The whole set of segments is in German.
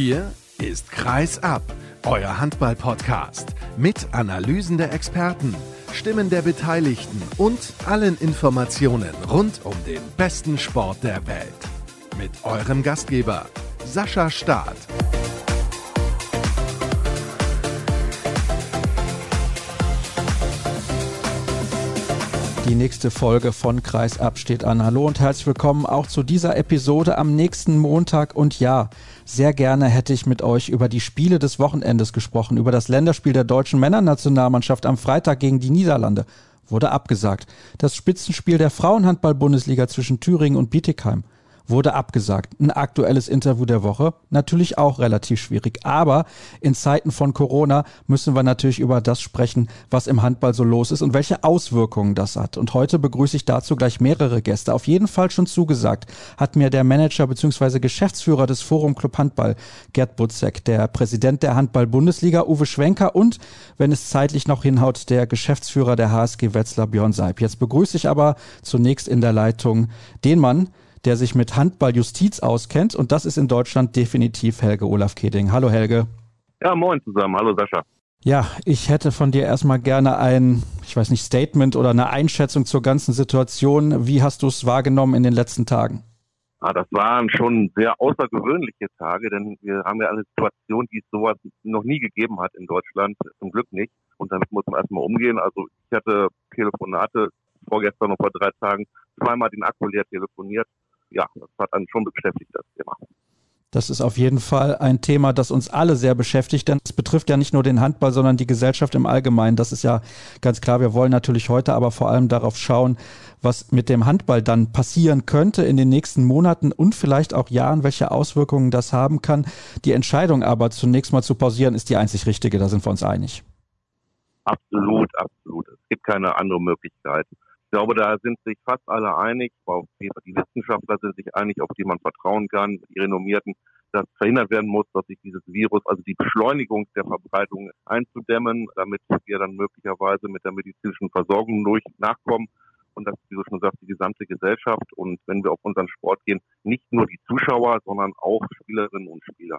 Hier ist Kreis ab, euer Handball-Podcast mit Analysen der Experten, Stimmen der Beteiligten und allen Informationen rund um den besten Sport der Welt. Mit eurem Gastgeber Sascha Staat. Die nächste Folge von Kreis ab steht an. Hallo und herzlich willkommen auch zu dieser Episode am nächsten Montag. Und ja, sehr gerne hätte ich mit euch über die Spiele des Wochenendes gesprochen, über das Länderspiel der deutschen Männernationalmannschaft am Freitag gegen die Niederlande. Wurde abgesagt. Das Spitzenspiel der Frauenhandball-Bundesliga zwischen Thüringen und Bietigheim wurde abgesagt. Ein aktuelles Interview der Woche, natürlich auch relativ schwierig. Aber in Zeiten von Corona müssen wir natürlich über das sprechen, was im Handball so los ist und welche Auswirkungen das hat. Und heute begrüße ich dazu gleich mehrere Gäste. Auf jeden Fall schon zugesagt hat mir der Manager bzw. Geschäftsführer des Forum Club Handball, Gerd Butzek, der Präsident der Handball-Bundesliga, Uwe Schwenker und, wenn es zeitlich noch hinhaut, der Geschäftsführer der HSG Wetzlar, Björn Seib. Jetzt begrüße ich aber zunächst in der Leitung den Mann, der sich mit Handball-Justiz auskennt. Und das ist in Deutschland definitiv Helge Olaf Keding. Hallo Helge. Ja, moin zusammen. Hallo Sascha. Ja, ich hätte von dir erstmal gerne ein, Statement oder eine Einschätzung zur ganzen Situation. Wie hast du es wahrgenommen in den letzten Tagen? Das waren schon sehr außergewöhnliche Tage, denn wir haben ja eine Situation, die es sowas noch nie gegeben hat in Deutschland, zum Glück nicht. Und damit muss man erstmal umgehen. Also ich hatte Telefonate vorgestern und vor 3 Tagen zweimal den Akku leer telefoniert. Ja, das hat einen schon beschäftigt, das Thema. Das ist auf jeden Fall ein Thema, das uns alle sehr beschäftigt, denn es betrifft ja nicht nur den Handball, sondern die Gesellschaft im Allgemeinen. Das ist ja ganz klar. Wir wollen natürlich heute aber vor allem darauf schauen, was mit dem Handball dann passieren könnte in den nächsten Monaten und vielleicht auch Jahren, welche Auswirkungen das haben kann. Die Entscheidung aber zunächst mal zu pausieren ist die einzig richtige, da sind wir uns einig. Absolut. Es gibt keine andere Möglichkeit. Ich glaube, da sind sich fast alle einig, auch die Wissenschaftler sind sich einig, auf die man vertrauen kann, die Renommierten, dass verhindert werden muss, dass sich dieses Virus, also die Beschleunigung der Verbreitung einzudämmen, damit wir dann möglicherweise mit der medizinischen Versorgung nachkommen. Und das ist, wie du schon sagst, die gesamte Gesellschaft. Und wenn wir auf unseren Sport gehen, nicht nur die Zuschauer, sondern auch Spielerinnen und Spieler.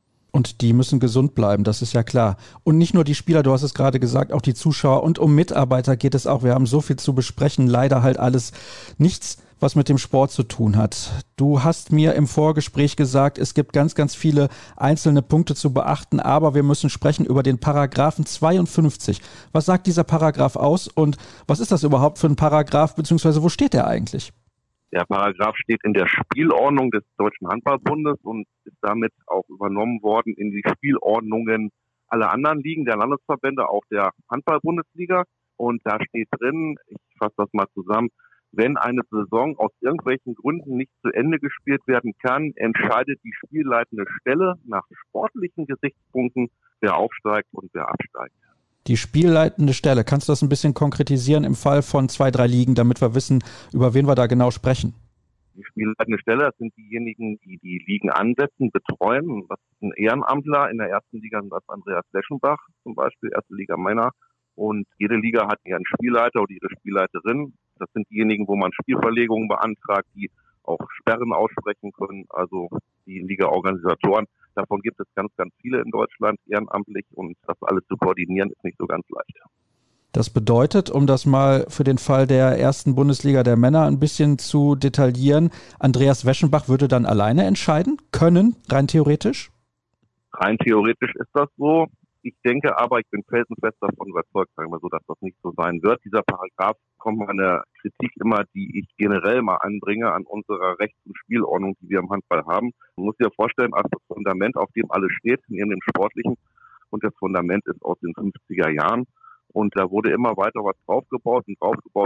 Und die müssen gesund bleiben, das ist ja klar. Und nicht nur die Spieler, du hast es gerade gesagt, auch die Zuschauer und um Mitarbeiter geht es auch. Wir haben so viel zu besprechen, leider halt alles nichts, was mit dem Sport zu tun hat. Du hast mir im Vorgespräch gesagt, es gibt ganz, ganz viele einzelne Punkte zu beachten, aber wir müssen sprechen über den Paragraphen 52. Was sagt dieser Paragraph aus und was ist das überhaupt für ein Paragraph, beziehungsweise wo steht der eigentlich? Der Paragraph steht in der Spielordnung des Deutschen Handballbundes und ist damit auch übernommen worden in die Spielordnungen aller anderen Ligen, der Landesverbände, auch der Handball-Bundesliga. Und da steht drin, ich fasse das mal zusammen, wenn eine Saison aus irgendwelchen Gründen nicht zu Ende gespielt werden kann, entscheidet die spielleitende Stelle nach sportlichen Gesichtspunkten, wer aufsteigt und wer absteigt. Die spielleitende Stelle, kannst du das ein bisschen konkretisieren im Fall von 2, 3 Ligen, damit wir wissen, über wen wir da genau sprechen? Die spielleitende Stelle, das sind diejenigen, die die Ligen ansetzen, betreuen. Das ist ein Ehrenamtler. In der ersten Liga ist das Andreas Leschenbach zum Beispiel, erste Liga Männer. Und jede Liga hat ihren Spielleiter oder ihre Spielleiterin. Das sind diejenigen, wo man Spielverlegungen beantragt, die auch Sperren aussprechen können, also die Liga-Organisatoren. Davon gibt es ganz, ganz viele in Deutschland, ehrenamtlich, und das alles zu koordinieren ist nicht so ganz leicht. Das bedeutet, um das mal für den Fall der ersten Bundesliga der Männer ein bisschen zu detaillieren, Andreas Weschenbach würde dann alleine entscheiden können, rein theoretisch? Rein theoretisch ist das so. Ich denke aber, ich bin felsenfest davon überzeugt, sagen wir so, dass das nicht so sein wird. Dieser Paragraph kommt meine Kritik immer, die ich generell mal anbringe an unserer Rechts- und Spielordnung, die wir im Handball haben. Man muss sich ja vorstellen, als das Fundament, auf dem alles steht, neben dem Sportlichen, und das Fundament ist aus den 50er Jahren. Und da wurde immer weiter was draufgebaut und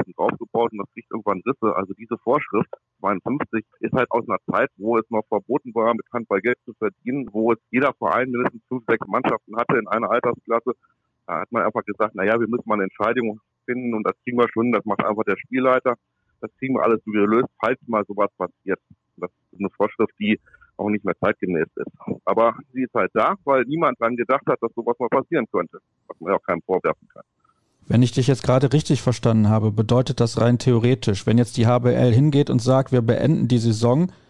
das kriegt irgendwann Risse. Also diese Vorschrift 52 ist halt aus einer Zeit, wo es noch verboten war, mit Handball Geld zu verdienen, wo es jeder Verein mindestens 5, 6 Mannschaften hatte in einer Altersklasse. Da hat man einfach gesagt, wir müssen mal eine Entscheidung finden und das kriegen wir schon, das macht einfach der Spielleiter. Das kriegen wir alles so gelöst, falls mal sowas passiert. Das ist eine Vorschrift, die auch nicht mehr zeitgemäß ist. Aber sie ist halt da, weil niemand dran gedacht hat, dass sowas mal passieren könnte, was man ja auch keinem vorwerfen kann. Wenn ich dich jetzt gerade richtig verstanden habe, bedeutet das rein theoretisch, wenn jetzt die HBL hingeht und sagt, wir beenden die Saison,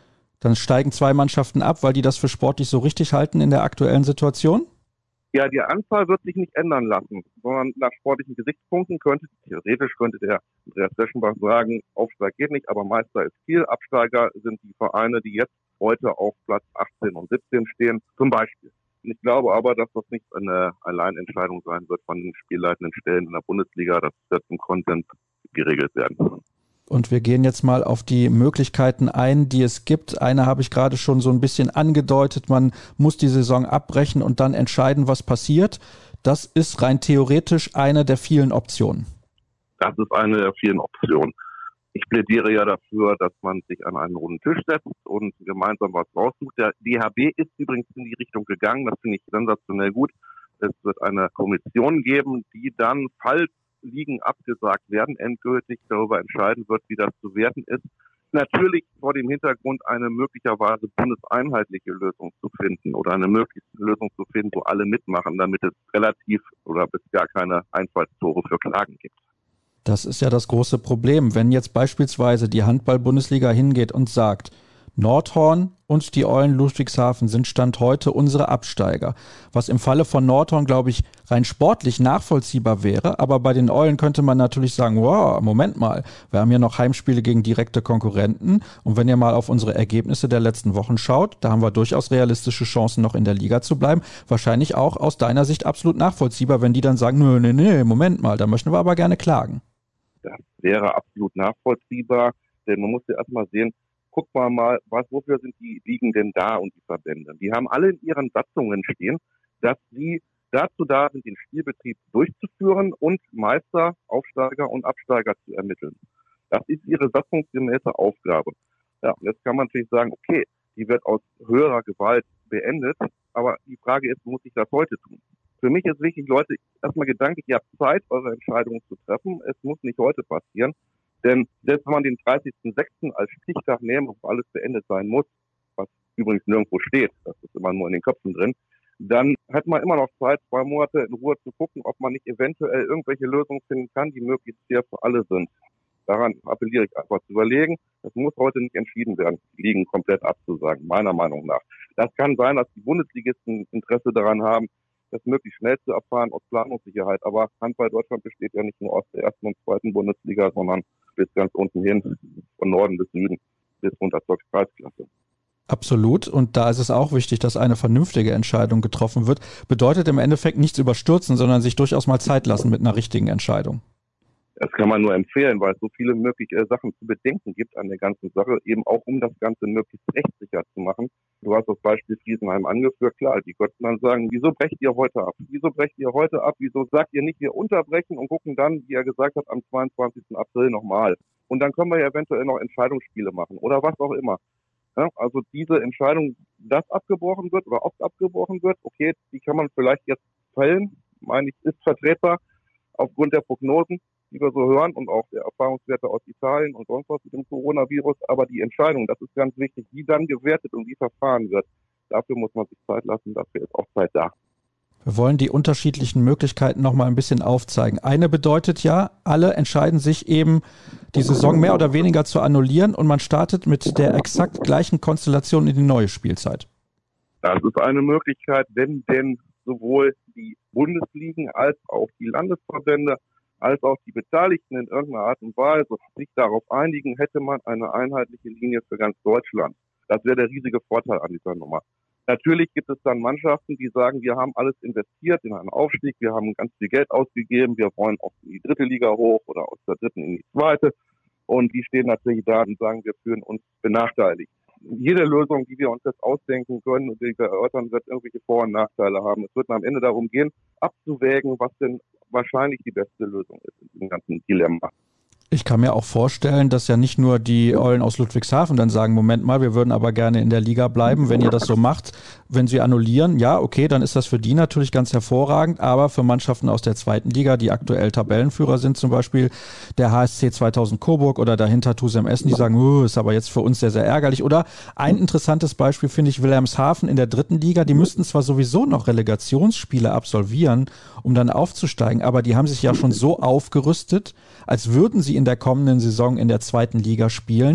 Dann steigen 2 Mannschaften ab, weil die das für sportlich so richtig halten in der aktuellen Situation? Ja, die Anzahl wird sich nicht ändern lassen, sondern nach sportlichen Gesichtspunkten theoretisch könnte der Andreas Weschenbach sagen, Aufstieg geht nicht, aber Meister ist Kiel, Absteiger sind die Vereine, die jetzt heute auf Platz 18 und 17 stehen, zum Beispiel. Ich glaube aber, dass das nicht eine Alleinentscheidung sein wird von den spielleitenden Stellen in der Bundesliga, das wird im Content geregelt werden. Und wir gehen jetzt mal auf die Möglichkeiten ein, die es gibt. Eine habe ich gerade schon so ein bisschen angedeutet. Man muss die Saison abbrechen und dann entscheiden, was passiert. Das ist rein theoretisch eine der vielen Optionen. Das ist eine der vielen Optionen. Ich plädiere ja dafür, dass man sich an einen runden Tisch setzt und gemeinsam was raussucht. Der DHB ist übrigens in die Richtung gegangen. Das finde ich sensationell gut. Es wird eine Kommission geben, die dann, falls Ligen abgesagt werden, endgültig darüber entscheiden wird, wie das zu werten ist. Natürlich vor dem Hintergrund eine möglicherweise bundeseinheitliche Lösung zu finden oder eine mögliche Lösung zu finden, wo alle mitmachen, damit es relativ oder bis gar keine Einfallstore für Klagen gibt. Das ist ja das große Problem. Wenn jetzt beispielsweise die Handball-Bundesliga hingeht und sagt, Nordhorn und die Eulen Ludwigshafen sind Stand heute unsere Absteiger. Was im Falle von Nordhorn, glaube ich, rein sportlich nachvollziehbar wäre. Aber bei den Eulen könnte man natürlich sagen, wow, Moment mal, wir haben hier noch Heimspiele gegen direkte Konkurrenten. Und wenn ihr mal auf unsere Ergebnisse der letzten Wochen schaut, da haben wir durchaus realistische Chancen, noch in der Liga zu bleiben. Wahrscheinlich auch aus deiner Sicht absolut nachvollziehbar, wenn die dann sagen, nee, Moment mal, da möchten wir aber gerne klagen. Das wäre absolut nachvollziehbar, denn man muss ja erstmal sehen, guck mal, wofür sind die Ligen denn da und die Verbände? Die haben alle in ihren Satzungen stehen, dass sie dazu da sind, den Spielbetrieb durchzuführen und Meister, Aufsteiger und Absteiger zu ermitteln. Das ist ihre satzungsgemäße Aufgabe. Ja, jetzt kann man natürlich sagen, okay, die wird aus höherer Gewalt beendet, aber die Frage ist, muss ich das heute tun? Für mich ist wichtig, Leute, erstmal gedanklich, ihr habt Zeit, eure Entscheidungen zu treffen. Es muss nicht heute passieren. Denn selbst wenn man den 30.06. als Stichtag nehmen, wo alles beendet sein muss, was übrigens nirgendwo steht, das ist immer nur in den Köpfen drin, dann hat man immer noch Zeit, 2 Monate in Ruhe zu gucken, ob man nicht eventuell irgendwelche Lösungen finden kann, die möglichst fair für alle sind. Daran appelliere ich einfach zu überlegen. Das muss heute nicht entschieden werden, die Ligen komplett abzusagen, meiner Meinung nach. Das kann sein, dass die Bundesligisten Interesse daran haben, das möglichst schnell zu erfahren aus Planungssicherheit. Aber Handball Deutschland besteht ja nicht nur aus der 1. und 2. Bundesliga, sondern bis ganz unten hin, von Norden bis Süden, bis runter zur Kreisklasse. Absolut. Und da ist es auch wichtig, dass eine vernünftige Entscheidung getroffen wird. Bedeutet im Endeffekt nichts überstürzen, sondern sich durchaus mal Zeit lassen mit einer richtigen Entscheidung. Das kann man nur empfehlen, weil es so viele mögliche Sachen zu bedenken gibt an der ganzen Sache, eben auch um das Ganze möglichst rechtssicher zu machen. Du hast das Beispiel Friesenheim angeführt, klar, die könnten dann sagen, wieso brecht ihr heute ab? Wieso brecht ihr heute ab? Wieso sagt ihr nicht, wir unterbrechen und gucken dann, wie er gesagt hat, am 22. April nochmal. Und dann können wir ja eventuell noch Entscheidungsspiele machen oder was auch immer. Ja, also diese Entscheidung, dass abgebrochen wird oder oft abgebrochen wird, okay, die kann man vielleicht jetzt fällen, meine ich, ist vertretbar aufgrund der Prognosen, die wir so hören und auch der Erfahrungswerte aus Italien und sonst was mit dem Coronavirus. Aber die Entscheidung, das ist ganz wichtig, wie dann gewertet und wie verfahren wird. Dafür muss man sich Zeit lassen, dafür ist auch Zeit da. Wir wollen die unterschiedlichen Möglichkeiten noch mal ein bisschen aufzeigen. Eine bedeutet ja, alle entscheiden sich eben, die Saison mehr oder weniger zu annullieren und man startet mit der exakt gleichen Konstellation in die neue Spielzeit. Das ist eine Möglichkeit, wenn denn sowohl die Bundesligen als auch die Landesverbände als auch die Beteiligten in irgendeiner Art und Weise sich darauf einigen, hätte man eine einheitliche Linie für ganz Deutschland. Das wäre der riesige Vorteil an dieser Nummer. Natürlich gibt es dann Mannschaften, die sagen, wir haben alles investiert in einen Aufstieg, wir haben ganz viel Geld ausgegeben, wir wollen auch in die 3. Liga hoch oder aus der 3. in die 2. Und die stehen natürlich da und sagen, wir fühlen uns benachteiligt. Jede Lösung, die wir uns jetzt ausdenken können und die wir erörtern, wird irgendwelche Vor- und Nachteile haben. Es wird am Ende darum gehen, abzuwägen, was denn wahrscheinlich die beste Lösung ist in diesem ganzen Dilemma. Ich kann mir auch vorstellen, dass ja nicht nur die Eulen aus Ludwigshafen dann sagen, Moment mal, wir würden aber gerne in der Liga bleiben, wenn ihr das so macht. Wenn sie annullieren, ja, okay, dann ist das für die natürlich ganz hervorragend, aber für Mannschaften aus der 2. Liga, die aktuell Tabellenführer sind, zum Beispiel der HSC 2000 Coburg oder dahinter Tusem Essen, die sagen, ist aber jetzt für uns sehr, sehr ärgerlich. Oder ein interessantes Beispiel finde ich Wilhelmshaven in der 3. Liga, die müssten zwar sowieso noch Relegationsspiele absolvieren, um dann aufzusteigen, aber die haben sich ja schon so aufgerüstet, als würden sie in der kommenden Saison in der 2. Liga spielen.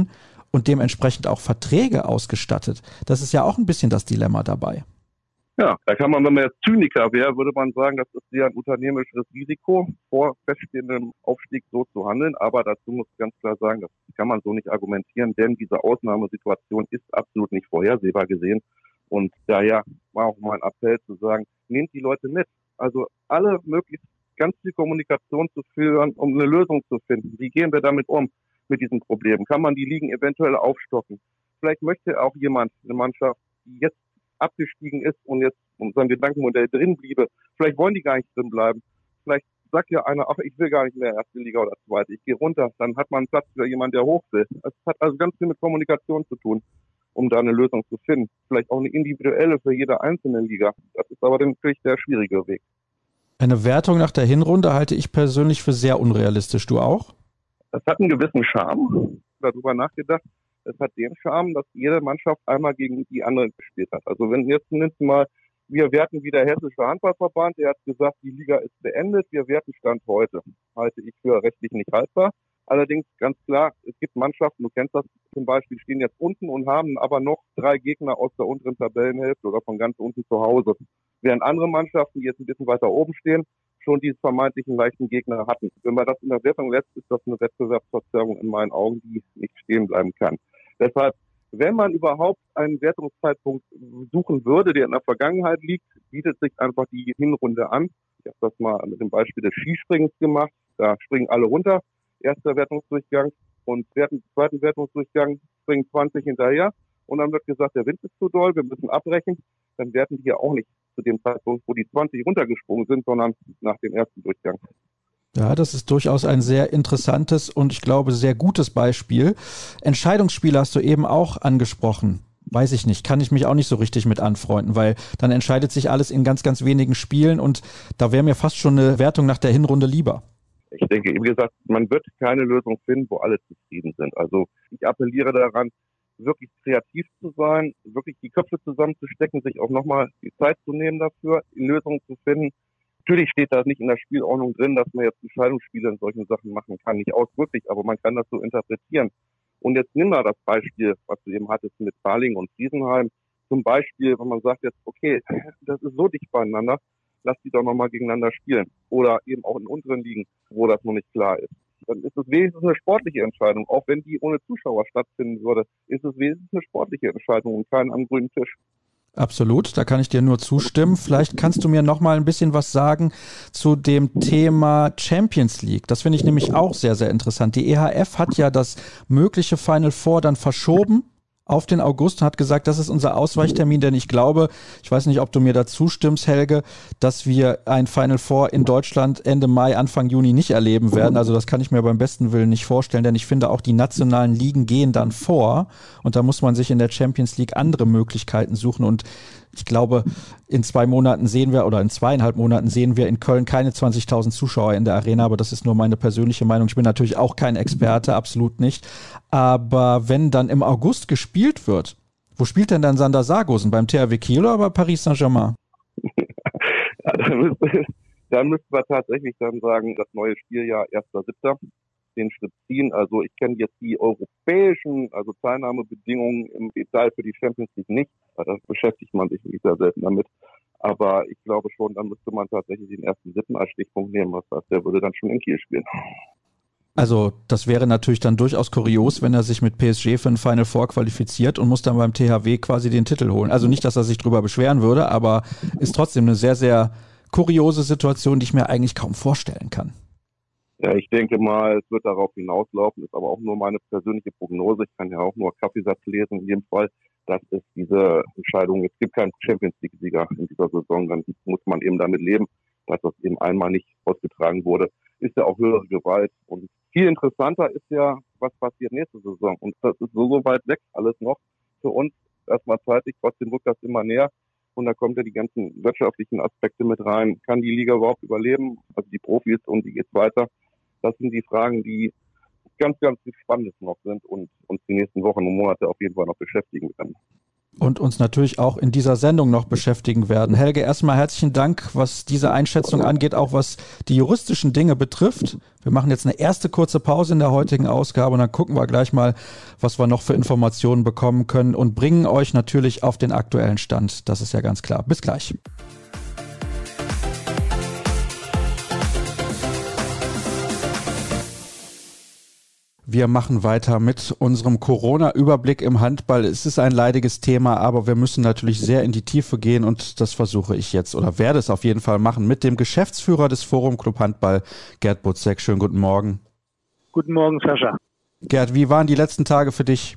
und dementsprechend auch Verträge ausgestattet. Das ist ja auch ein bisschen das Dilemma dabei. Ja, da kann man, wenn man jetzt Zyniker wäre, würde man sagen, das ist ja ein unternehmerisches Risiko, vor feststehendem Aufstieg so zu handeln. Aber dazu muss ich ganz klar sagen, das kann man so nicht argumentieren, denn diese Ausnahmesituation ist absolut nicht vorhersehbar gesehen. Und daher war auch mein Appell zu sagen, nehmt die Leute mit. Also alle möglichst ganz viel Kommunikation zu führen, um eine Lösung zu finden. Wie gehen wir damit um, mit diesen Problemen? Kann man die Ligen eventuell aufstocken? Vielleicht möchte auch jemand, eine Mannschaft, die jetzt abgestiegen ist und jetzt in seinem Gedankenmodell drin bliebe. Vielleicht wollen die gar nicht drin bleiben. Vielleicht sagt ja einer, ach, ich will gar nicht mehr erste Liga oder zweite, ich gehe runter. Dann hat man Platz für jemanden, der hoch will. Es hat also ganz viel mit Kommunikation zu tun, um da eine Lösung zu finden. Vielleicht auch eine individuelle für jede einzelne Liga. Das ist aber natürlich der schwierige Weg. Eine Wertung nach der Hinrunde halte ich persönlich für sehr unrealistisch. Du auch? Es hat einen gewissen Charme. Darüber nachgedacht. Es hat den Charme, dass jede Mannschaft einmal gegen die andere gespielt hat. Also wenn jetzt zumindest mal, wir werten wie der Hessische Handballverband, der hat gesagt, die Liga ist beendet, wir werten Stand heute. Halte ich für rechtlich nicht haltbar. Allerdings ganz klar, es gibt Mannschaften, du kennst das zum Beispiel, stehen jetzt unten und haben aber noch 3 Gegner aus der unteren Tabellenhälfte oder von ganz unten zu Hause. Während andere Mannschaften, die jetzt ein bisschen weiter oben stehen, schon diese vermeintlichen leichten Gegner hatten. Wenn man das in der Wertung lässt, ist das eine Wettbewerbsverzerrung in meinen Augen, die nicht stehen bleiben kann. Deshalb, wenn man überhaupt einen Wertungszeitpunkt suchen würde, der in der Vergangenheit liegt, bietet sich einfach die Hinrunde an. Ich habe das mal mit dem Beispiel des Skispringens gemacht. Da springen alle runter, erster Wertungsdurchgang, und zweiten Wertungsdurchgang springen 20 hinterher. Und dann wird gesagt, der Wind ist zu doll, wir müssen abbrechen. Dann werten die ja auch nicht zu dem Zeitpunkt, wo die 20 runtergesprungen sind, sondern nach dem ersten Durchgang. Ja, das ist durchaus ein sehr interessantes und ich glaube sehr gutes Beispiel. Entscheidungsspiele hast du eben auch angesprochen. Weiß ich nicht, kann ich mich auch nicht so richtig mit anfreunden, weil dann entscheidet sich alles in ganz, ganz wenigen Spielen und da wäre mir fast schon eine Wertung nach der Hinrunde lieber. Ich denke, wie gesagt, man wird keine Lösung finden, wo alle zufrieden sind. Also ich appelliere daran, wirklich kreativ zu sein, wirklich die Köpfe zusammenzustecken, sich auch nochmal die Zeit zu nehmen dafür, Lösungen zu finden. Natürlich steht da nicht in der Spielordnung drin, dass man jetzt Entscheidungsspiele in solchen Sachen machen kann. Nicht ausdrücklich, aber man kann das so interpretieren. Und jetzt nimm mal das Beispiel, was du eben hattest mit Balingen und Friesenheim. Zum Beispiel, wenn man sagt jetzt, okay, das ist so dicht beieinander, lass die doch nochmal gegeneinander spielen. Oder eben auch in unteren Ligen, wo das noch nicht klar ist. Dann ist es wenigstens eine sportliche Entscheidung. Auch wenn die ohne Zuschauer stattfinden würde, ist es wenigstens eine sportliche Entscheidung und kein am grünen Tisch. Absolut, da kann ich dir nur zustimmen. Vielleicht kannst du mir noch mal ein bisschen was sagen zu dem Thema Champions League. Das finde ich nämlich auch sehr, sehr interessant. Die EHF hat ja das mögliche Final Four dann verschoben auf den August und hat gesagt, das ist unser Ausweichtermin, denn ich glaube, ich weiß nicht, ob du mir da zustimmst, Helge, dass wir ein Final Four in Deutschland Ende Mai, Anfang Juni nicht erleben werden. Also das kann ich mir beim besten Willen nicht vorstellen, denn ich finde auch die nationalen Ligen gehen dann vor und da muss man sich in der Champions League andere Möglichkeiten suchen und ich glaube, in 2 Monaten sehen wir oder in 2,5 Monaten sehen wir in Köln keine 20.000 Zuschauer in der Arena, aber das ist nur meine persönliche Meinung. Ich bin natürlich auch kein Experte, absolut nicht. Aber wenn dann im August gespielt wird, wo spielt denn dann Sander Sargosen? Beim THW Kiel oder bei Paris Saint-Germain? Ja, dann müssten wir tatsächlich dann sagen, das neue Spieljahr 1.7. den Schritt ziehen. Also ich kenne jetzt die europäischen, also Teilnahmebedingungen im Detail für die Champions League nicht. Da beschäftigt man sich nicht sehr selten damit. Aber ich glaube schon, dann müsste man tatsächlich den 1.7. als Stichpunkt nehmen. Was heißt, der würde dann schon in Kiel spielen. Also das wäre natürlich dann durchaus kurios, wenn er sich mit PSG für ein Final Four qualifiziert und muss dann beim THW quasi den Titel holen. Also nicht, dass er sich drüber beschweren würde, aber ist trotzdem eine sehr, sehr kuriose Situation, die ich mir eigentlich kaum vorstellen kann. Ja, ich denke mal, es wird darauf hinauslaufen, ist aber auch nur meine persönliche Prognose. Ich kann ja auch nur Kaffeesatz lesen in jedem Fall. Das ist diese Entscheidung. Es gibt keinen Champions-League-Sieger in dieser Saison. Dann muss man eben damit leben, dass das eben einmal nicht ausgetragen wurde. Ist ja auch höhere Gewalt. Und viel interessanter ist ja, was passiert nächste Saison. Und das ist so weit weg alles noch. Für uns erstmal zeitlich, trotzdem rückt das immer näher. Und da kommt ja die ganzen wirtschaftlichen Aspekte mit rein. Kann die Liga überhaupt überleben? Also die Profis, und wie geht's weiter? Das sind die Fragen, die ganz, ganz spannend noch sind und uns die nächsten Wochen und Monate auf jeden Fall noch beschäftigen werden. Und uns natürlich auch in dieser Sendung noch beschäftigen werden. Helge, erstmal herzlichen Dank, was diese Einschätzung angeht, auch was die juristischen Dinge betrifft. Wir machen jetzt eine erste kurze Pause in der heutigen Ausgabe und dann gucken wir gleich mal, was wir noch für Informationen bekommen können und bringen euch natürlich auf den aktuellen Stand. Das ist ja ganz klar. Bis gleich. Wir machen weiter mit unserem Corona-Überblick im Handball. Es ist ein leidiges Thema, aber wir müssen natürlich sehr in die Tiefe gehen und das versuche ich jetzt oder werde es auf jeden Fall machen mit dem Geschäftsführer des Forum Club Handball, Gerd Butzek. Schönen guten Morgen. Guten Morgen, Sascha. Gerd, wie waren die letzten Tage für dich?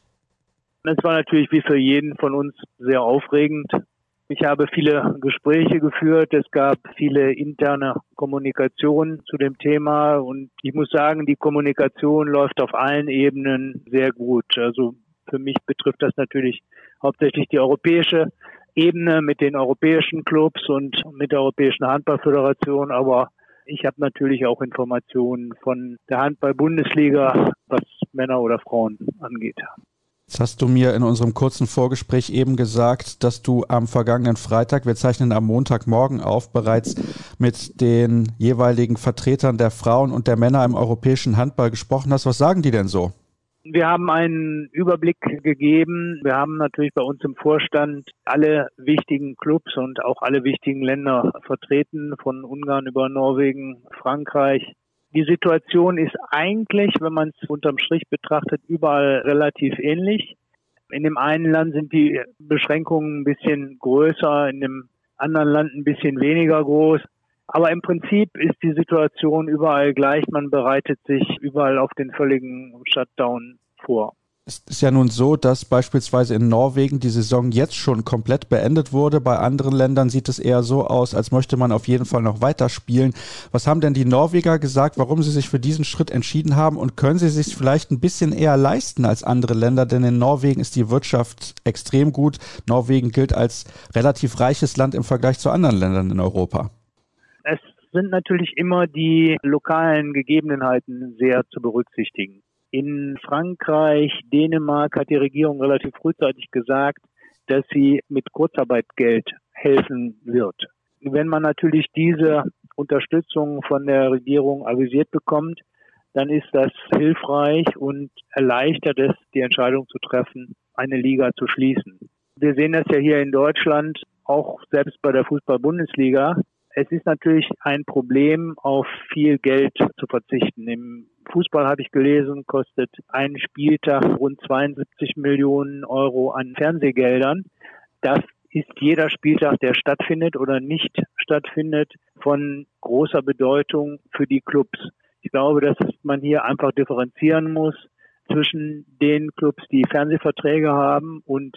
Es war natürlich wie für jeden von uns sehr aufregend. Ich habe viele Gespräche geführt, es gab viele interne Kommunikation zu dem Thema und ich muss sagen, die Kommunikation läuft auf allen Ebenen sehr gut. Also für mich betrifft das natürlich hauptsächlich die europäische Ebene mit den europäischen Clubs und mit der Europäischen Handballföderation, aber ich habe natürlich auch Informationen von der Handball-Bundesliga, was Männer oder Frauen angeht. Jetzt hast du mir in unserem kurzen Vorgespräch eben gesagt, dass du am vergangenen Freitag, wir zeichnen am Montagmorgen auf, bereits mit den jeweiligen Vertretern der Frauen und der Männer im europäischen Handball gesprochen hast. Was sagen die denn so? Wir haben einen Überblick gegeben. Wir haben natürlich bei uns im Vorstand alle wichtigen Clubs und auch alle wichtigen Länder vertreten, von Ungarn über Norwegen, Frankreich. Die Situation ist eigentlich, wenn man es unterm Strich betrachtet, überall relativ ähnlich. In dem einen Land sind die Beschränkungen ein bisschen größer, in dem anderen Land ein bisschen weniger groß. Aber im Prinzip ist die Situation überall gleich. Man bereitet sich überall auf den völligen Shutdown vor. Es ist ja nun so, dass beispielsweise in Norwegen die Saison jetzt schon komplett beendet wurde. Bei anderen Ländern sieht es eher so aus, als möchte man auf jeden Fall noch weiterspielen. Was haben denn die Norweger gesagt, warum sie sich für diesen Schritt entschieden haben? Und können sie sich vielleicht ein bisschen eher leisten als andere Länder? Denn in Norwegen ist die Wirtschaft extrem gut. Norwegen gilt als relativ reiches Land im Vergleich zu anderen Ländern in Europa. Es sind natürlich immer die lokalen Gegebenheiten sehr zu berücksichtigen. In Frankreich, Dänemark hat die Regierung relativ frühzeitig gesagt, dass sie mit Kurzarbeitgeld helfen wird. Wenn man natürlich diese Unterstützung von der Regierung avisiert bekommt, dann ist das hilfreich und erleichtert es, die Entscheidung zu treffen, eine Liga zu schließen. Wir sehen das ja hier in Deutschland, auch selbst bei der Fußball-Bundesliga. Es ist natürlich ein Problem, auf viel Geld zu verzichten. Im Fußball habe ich gelesen, kostet ein Spieltag rund 72 Millionen Euro an Fernsehgeldern. Das ist jeder Spieltag, der stattfindet oder nicht stattfindet, von großer Bedeutung für die Clubs. Ich glaube, dass man hier einfach differenzieren muss zwischen den Clubs, die Fernsehverträge haben und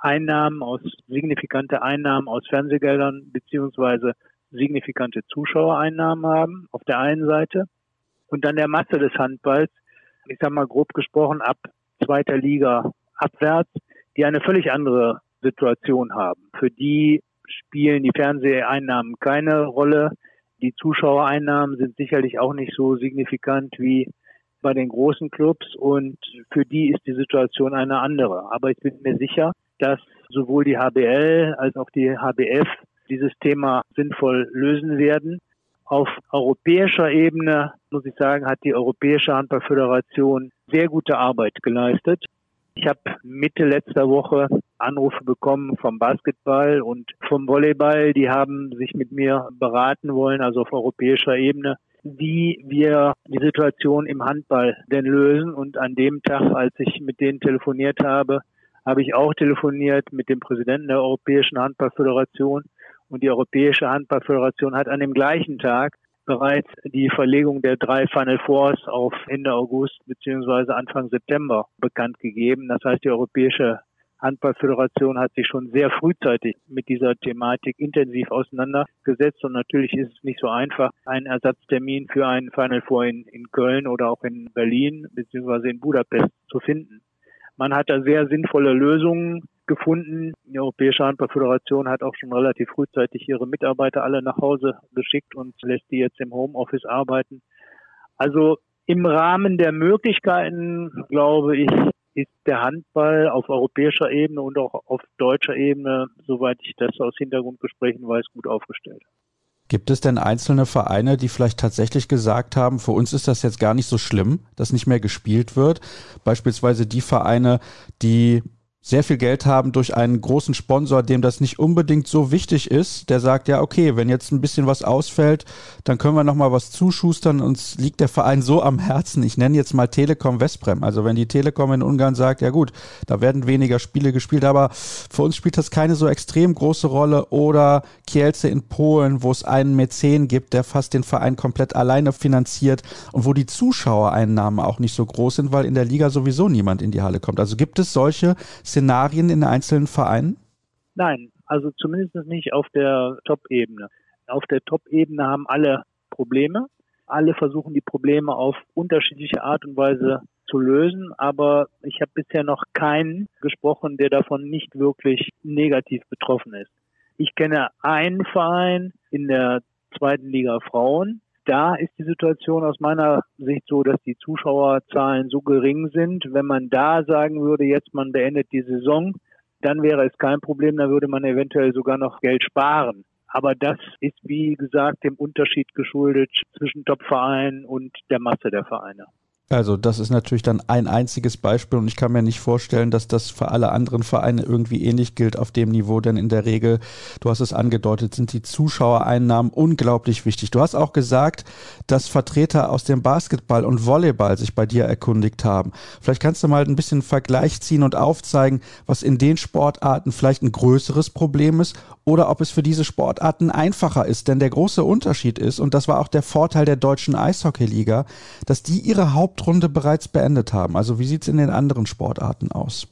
signifikante Einnahmen aus Fernsehgeldern beziehungsweise signifikante Zuschauereinnahmen haben, auf der einen Seite, und dann der Masse des Handballs, ich sag mal grob gesprochen, ab zweiter Liga abwärts, die eine völlig andere Situation haben. Für die spielen die Fernseheinnahmen keine Rolle. Die Zuschauereinnahmen sind sicherlich auch nicht so signifikant wie bei den großen Clubs und für die ist die Situation eine andere. Aber ich bin mir sicher, dass sowohl die HBL als auch die HBF dieses Thema sinnvoll lösen werden. Auf europäischer Ebene, muss ich sagen, hat die Europäische Handballföderation sehr gute Arbeit geleistet. Ich habe Mitte letzter Woche Anrufe bekommen vom Basketball und vom Volleyball. Die haben sich mit mir beraten wollen, also auf europäischer Ebene, wie wir die Situation im Handball denn lösen. Und an dem Tag, als ich mit denen telefoniert habe ich auch telefoniert mit dem Präsidenten der Europäischen Handballföderation. Und die Europäische Handballföderation hat an dem gleichen Tag bereits die Verlegung der 3 Final Fours auf Ende August bzw. Anfang September bekannt gegeben. Das heißt, die Europäische Handballföderation hat sich schon sehr frühzeitig mit dieser Thematik intensiv auseinandergesetzt. Und natürlich ist es nicht so einfach, einen Ersatztermin für einen Final Four in Köln oder auch in Berlin bzw. in Budapest zu finden. Man hat da sehr sinnvolle Lösungen gefunden. Die Europäische Handballföderation hat auch schon relativ frühzeitig ihre Mitarbeiter alle nach Hause geschickt und lässt die jetzt im Homeoffice arbeiten. Also im Rahmen der Möglichkeiten, glaube ich, ist der Handball auf europäischer Ebene und auch auf deutscher Ebene, soweit ich das aus Hintergrundgesprächen weiß, gut aufgestellt. Gibt es denn einzelne Vereine, die vielleicht tatsächlich gesagt haben, für uns ist das jetzt gar nicht so schlimm, dass nicht mehr gespielt wird? Beispielsweise die Vereine, die sehr viel Geld haben durch einen großen Sponsor, dem das nicht unbedingt so wichtig ist, der sagt, ja okay, wenn jetzt ein bisschen was ausfällt, dann können wir nochmal was zuschustern, uns liegt der Verein so am Herzen. Ich nenne jetzt mal Telekom Westbrem. Also wenn die Telekom in Ungarn sagt, ja gut, da werden weniger Spiele gespielt, aber für uns spielt das keine so extrem große Rolle. Oder Kielce in Polen, wo es einen Mäzen gibt, der fast den Verein komplett alleine finanziert und wo die Zuschauereinnahmen auch nicht so groß sind, weil in der Liga sowieso niemand in die Halle kommt. Also gibt es solche Szenarien in einzelnen Vereinen? Nein, also zumindest nicht auf der Top-Ebene. Auf der Top-Ebene haben alle Probleme. Alle versuchen die Probleme auf unterschiedliche Art und Weise zu lösen, aber ich habe bisher noch keinen gesprochen, der davon nicht wirklich negativ betroffen ist. Ich kenne einen Verein in der 2. Liga Frauen. Da ist die Situation aus meiner Sicht so, dass die Zuschauerzahlen so gering sind. Wenn man da sagen würde, jetzt man beendet die Saison, dann wäre es kein Problem, dann würde man eventuell sogar noch Geld sparen. Aber das ist, wie gesagt, dem Unterschied geschuldet zwischen Top-Vereinen und der Masse der Vereine. Also das ist natürlich dann ein einziges Beispiel und ich kann mir nicht vorstellen, dass das für alle anderen Vereine irgendwie ähnlich gilt auf dem Niveau, denn in der Regel, du hast es angedeutet, sind die Zuschauereinnahmen unglaublich wichtig. Du hast auch gesagt, dass Vertreter aus dem Basketball und Volleyball sich bei dir erkundigt haben. Vielleicht kannst du mal ein bisschen Vergleich ziehen und aufzeigen, was in den Sportarten vielleicht ein größeres Problem ist oder ob es für diese Sportarten einfacher ist. Denn der große Unterschied ist, und das war auch der Vorteil der deutschen Eishockeyliga, dass die ihre Hauptrunde bereits beendet haben. Also wie sieht es in den anderen Sportarten aus?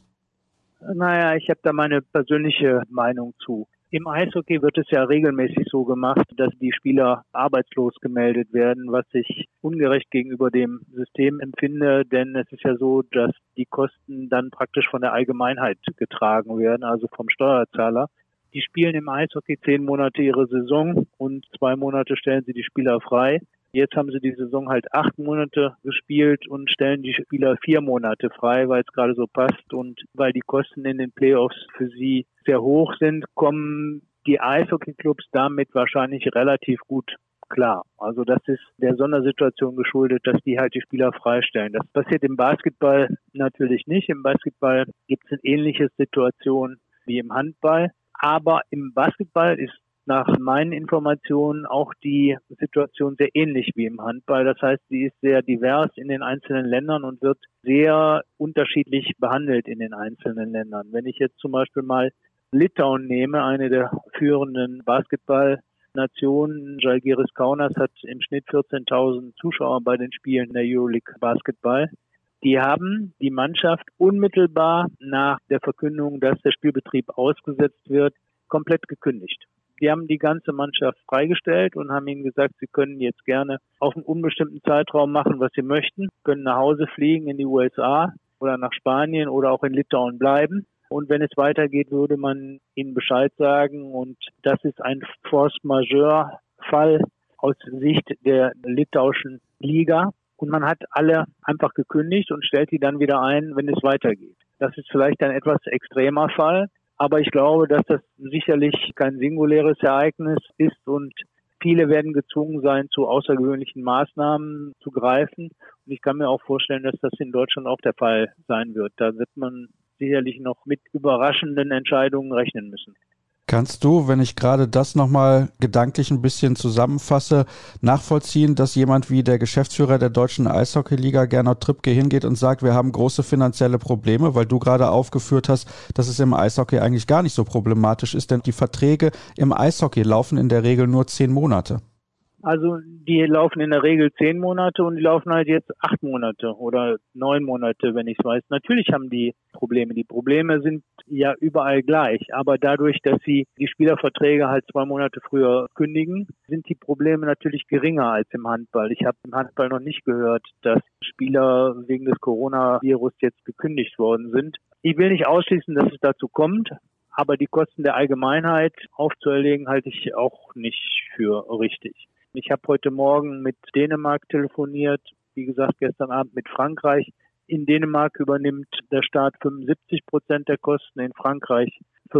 Naja, ich habe da meine persönliche Meinung zu. Im Eishockey wird es ja regelmäßig so gemacht, dass die Spieler arbeitslos gemeldet werden, was ich ungerecht gegenüber dem System empfinde, denn es ist ja so, dass die Kosten dann praktisch von der Allgemeinheit getragen werden, also vom Steuerzahler. Die spielen im Eishockey 10 Monate ihre Saison und 2 Monate stellen sie die Spieler frei. Jetzt haben sie die Saison halt 8 Monate gespielt und stellen die Spieler 4 Monate frei, weil es gerade so passt und weil die Kosten in den Playoffs für sie sehr hoch sind, kommen die Eishockeyclubs damit wahrscheinlich relativ gut klar. Also das ist der Sondersituation geschuldet, dass die halt die Spieler freistellen. Das passiert im Basketball natürlich nicht. Im Basketball gibt es eine ähnliche Situation wie im Handball. Aber im Basketball ist nach meinen Informationen auch die Situation sehr ähnlich wie im Handball. Das heißt, sie ist sehr divers in den einzelnen Ländern und wird sehr unterschiedlich behandelt in den einzelnen Ländern. Wenn ich jetzt zum Beispiel mal Litauen nehme, eine der führenden Basketballnationen, Žalgiris Kaunas hat im Schnitt 14.000 Zuschauer bei den Spielen der Euroleague Basketball. Die haben die Mannschaft unmittelbar nach der Verkündung, dass der Spielbetrieb ausgesetzt wird, komplett gekündigt. Die haben die ganze Mannschaft freigestellt und haben ihnen gesagt, sie können jetzt gerne auf einen unbestimmten Zeitraum machen, was sie möchten, können nach Hause fliegen in die USA oder nach Spanien oder auch in Litauen bleiben. Und wenn es weitergeht, würde man ihnen Bescheid sagen. Und das ist ein Force-Majeure-Fall aus Sicht der litauischen Liga. Und man hat alle einfach gekündigt und stellt die dann wieder ein, wenn es weitergeht. Das ist vielleicht ein etwas extremer Fall, aber ich glaube, dass das sicherlich kein singuläres Ereignis ist und viele werden gezwungen sein, zu außergewöhnlichen Maßnahmen zu greifen. Und ich kann mir auch vorstellen, dass das in Deutschland auch der Fall sein wird. Da wird man sicherlich noch mit überraschenden Entscheidungen rechnen müssen. Kannst du, wenn ich gerade das nochmal gedanklich ein bisschen zusammenfasse, nachvollziehen, dass jemand wie der Geschäftsführer der Deutschen Eishockeyliga, Gernot Trippke, hingeht und sagt, wir haben große finanzielle Probleme, weil du gerade aufgeführt hast, dass es im Eishockey eigentlich gar nicht so problematisch ist, denn die Verträge im Eishockey laufen in der Regel nur 10 Monate. Also die laufen in der Regel 10 Monate und die laufen halt jetzt 8 Monate oder 9 Monate, wenn ich es weiß. Natürlich haben die Probleme. Die Probleme sind ja überall gleich. Aber dadurch, dass sie die Spielerverträge halt 2 Monate früher kündigen, sind die Probleme natürlich geringer als im Handball. Ich habe im Handball noch nicht gehört, dass Spieler wegen des Coronavirus jetzt gekündigt worden sind. Ich will nicht ausschließen, dass es dazu kommt. Aber die Kosten der Allgemeinheit aufzuerlegen, halte ich auch nicht für richtig. Ich habe heute Morgen mit Dänemark telefoniert, wie gesagt gestern Abend mit Frankreich. In Dänemark übernimmt der Staat 75% der Kosten, in Frankreich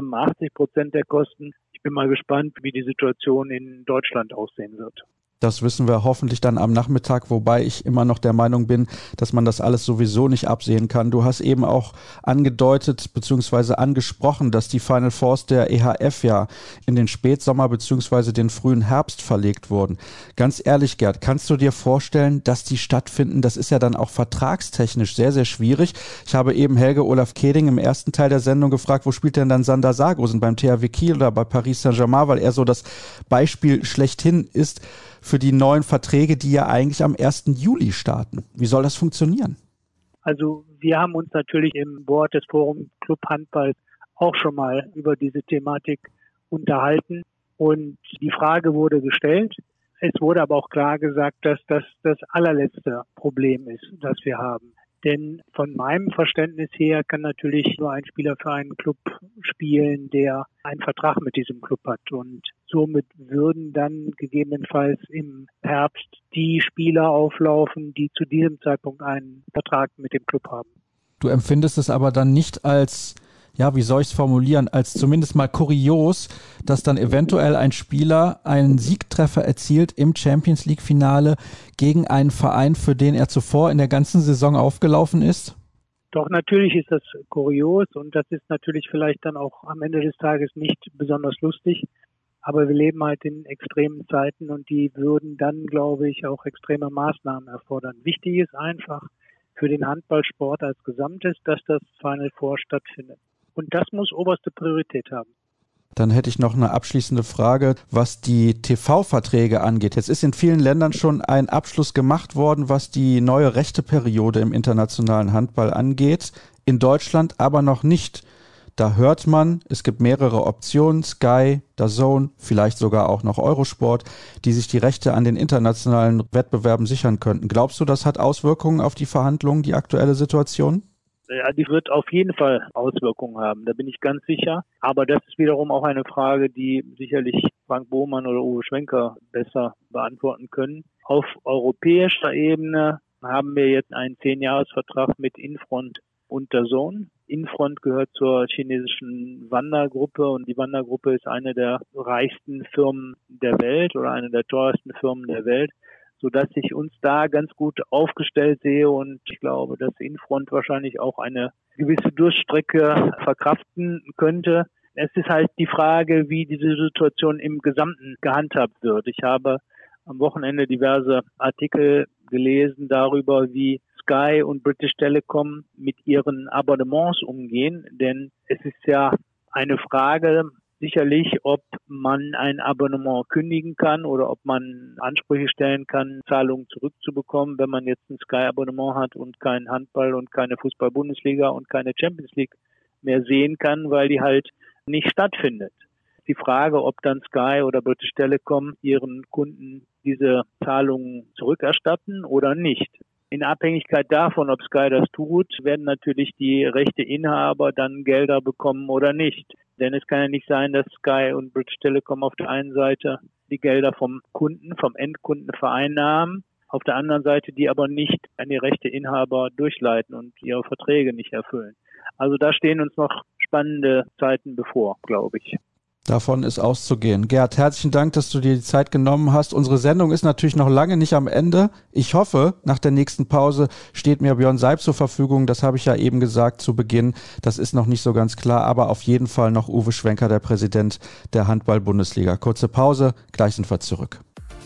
85% der Kosten. Ich bin mal gespannt, wie die Situation in Deutschland aussehen wird. Das wissen wir hoffentlich dann am Nachmittag, wobei ich immer noch der Meinung bin, dass man das alles sowieso nicht absehen kann. Du hast eben auch angedeutet bzw. angesprochen, dass die Final Fours der EHF ja in den Spätsommer bzw. den frühen Herbst verlegt wurden. Ganz ehrlich, Gerd, kannst du dir vorstellen, dass die stattfinden? Das ist ja dann auch vertragstechnisch sehr, sehr schwierig. Ich habe eben Helge Olaf Keding im ersten Teil der Sendung gefragt, wo spielt denn dann Sander Sargosen, beim THW Kiel oder bei Paris Saint-Germain, weil er so das Beispiel schlechthin ist für die neuen Verträge, die ja eigentlich am 1. Juli starten. Wie soll das funktionieren? Also wir haben uns natürlich im Board des Forum Club Handball auch schon mal über diese Thematik unterhalten und die Frage wurde gestellt. Es wurde aber auch klar gesagt, dass das das allerletzte Problem ist, das wir haben. Denn von meinem Verständnis her kann natürlich nur ein Spieler für einen Club spielen, der einen Vertrag mit diesem Club hat. Und somit würden dann gegebenenfalls im Herbst die Spieler auflaufen, die zu diesem Zeitpunkt einen Vertrag mit dem Club haben. Du empfindest es aber dann nicht als, ja, wie soll ich es formulieren, als zumindest mal kurios, dass dann eventuell ein Spieler einen Siegtreffer erzielt im Champions-League-Finale gegen einen Verein, für den er zuvor in der ganzen Saison aufgelaufen ist? Doch natürlich ist das kurios und das ist natürlich vielleicht dann auch am Ende des Tages nicht besonders lustig. Aber wir leben halt in extremen Zeiten und die würden dann, glaube ich, auch extreme Maßnahmen erfordern. Wichtig ist einfach für den Handballsport als Gesamtes, dass das Final Four stattfindet. Und das muss oberste Priorität haben. Dann hätte ich noch eine abschließende Frage, was die TV-Verträge angeht. Jetzt ist in vielen Ländern schon ein Abschluss gemacht worden, was die neue Rechteperiode im internationalen Handball angeht. In Deutschland aber noch nicht. Da hört man, es gibt mehrere Optionen, Sky, DAZN, vielleicht sogar auch noch Eurosport, die sich die Rechte an den internationalen Wettbewerben sichern könnten. Glaubst du, das hat Auswirkungen auf die Verhandlungen, die aktuelle Situation? Ja, die wird auf jeden Fall Auswirkungen haben, da bin ich ganz sicher. Aber das ist wiederum auch eine Frage, die sicherlich Frank Bohmann oder Uwe Schwenker besser beantworten können. Auf europäischer Ebene haben wir jetzt einen 10-Jahres-Vertrag mit Infront und DAZN. Infront gehört zur chinesischen Wanda-Gruppe und die Wanda-Gruppe ist eine der reichsten Firmen der Welt oder eine der teuersten Firmen der Welt, sodass ich uns da ganz gut aufgestellt sehe und ich glaube, dass Infront wahrscheinlich auch eine gewisse Durststrecke verkraften könnte. Es ist halt die Frage, wie diese Situation im Gesamten gehandhabt wird. Ich habe am Wochenende diverse Artikel gelesen darüber, wie Sky und British Telecom mit ihren Abonnements umgehen, denn es ist ja eine Frage sicherlich, ob man ein Abonnement kündigen kann oder ob man Ansprüche stellen kann, Zahlungen zurückzubekommen, wenn man jetzt ein Sky-Abonnement hat und kein Handball und keine Fußball-Bundesliga und keine Champions League mehr sehen kann, weil die halt nicht stattfindet. Die Frage, ob dann Sky oder British Telecom ihren Kunden diese Zahlungen zurückerstatten oder nicht. In Abhängigkeit davon, ob Sky das tut, werden natürlich die Rechteinhaber dann Gelder bekommen oder nicht. Denn es kann ja nicht sein, dass Sky und British Telecom auf der einen Seite die Gelder vom Kunden, vom Endkunden vereinnahmen, auf der anderen Seite die aber nicht an die Rechteinhaber durchleiten und ihre Verträge nicht erfüllen. Also da stehen uns noch spannende Zeiten bevor, glaube ich. Davon ist auszugehen. Gerd, herzlichen Dank, dass du dir die Zeit genommen hast. Unsere Sendung ist natürlich noch lange nicht am Ende. Ich hoffe, nach der nächsten Pause steht mir Björn Seib zur Verfügung. Das habe ich ja eben gesagt zu Beginn. Das ist noch nicht so ganz klar, aber auf jeden Fall noch Uwe Schwenker, der Präsident der Handball-Bundesliga. Kurze Pause, gleich sind wir zurück.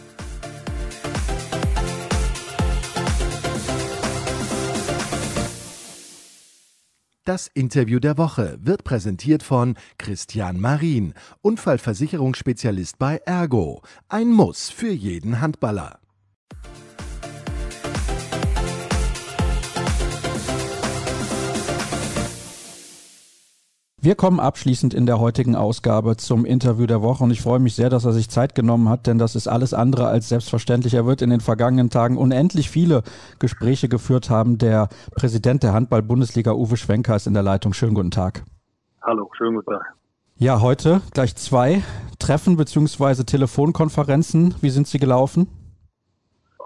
Das Interview der Woche wird präsentiert von Christian Marin, Unfallversicherungsspezialist bei Ergo. Ein Muss für jeden Handballer. Wir kommen abschließend in der heutigen Ausgabe zum Interview der Woche und ich freue mich sehr, dass er sich Zeit genommen hat, denn das ist alles andere als selbstverständlich. Er wird in den vergangenen Tagen unendlich viele Gespräche geführt haben. Der Präsident der Handball-Bundesliga, Uwe Schwenker, ist in der Leitung. Schönen guten Tag. Hallo, schönen guten Tag. Ja, heute gleich 2 Treffen bzw. Telefonkonferenzen. Wie sind sie gelaufen?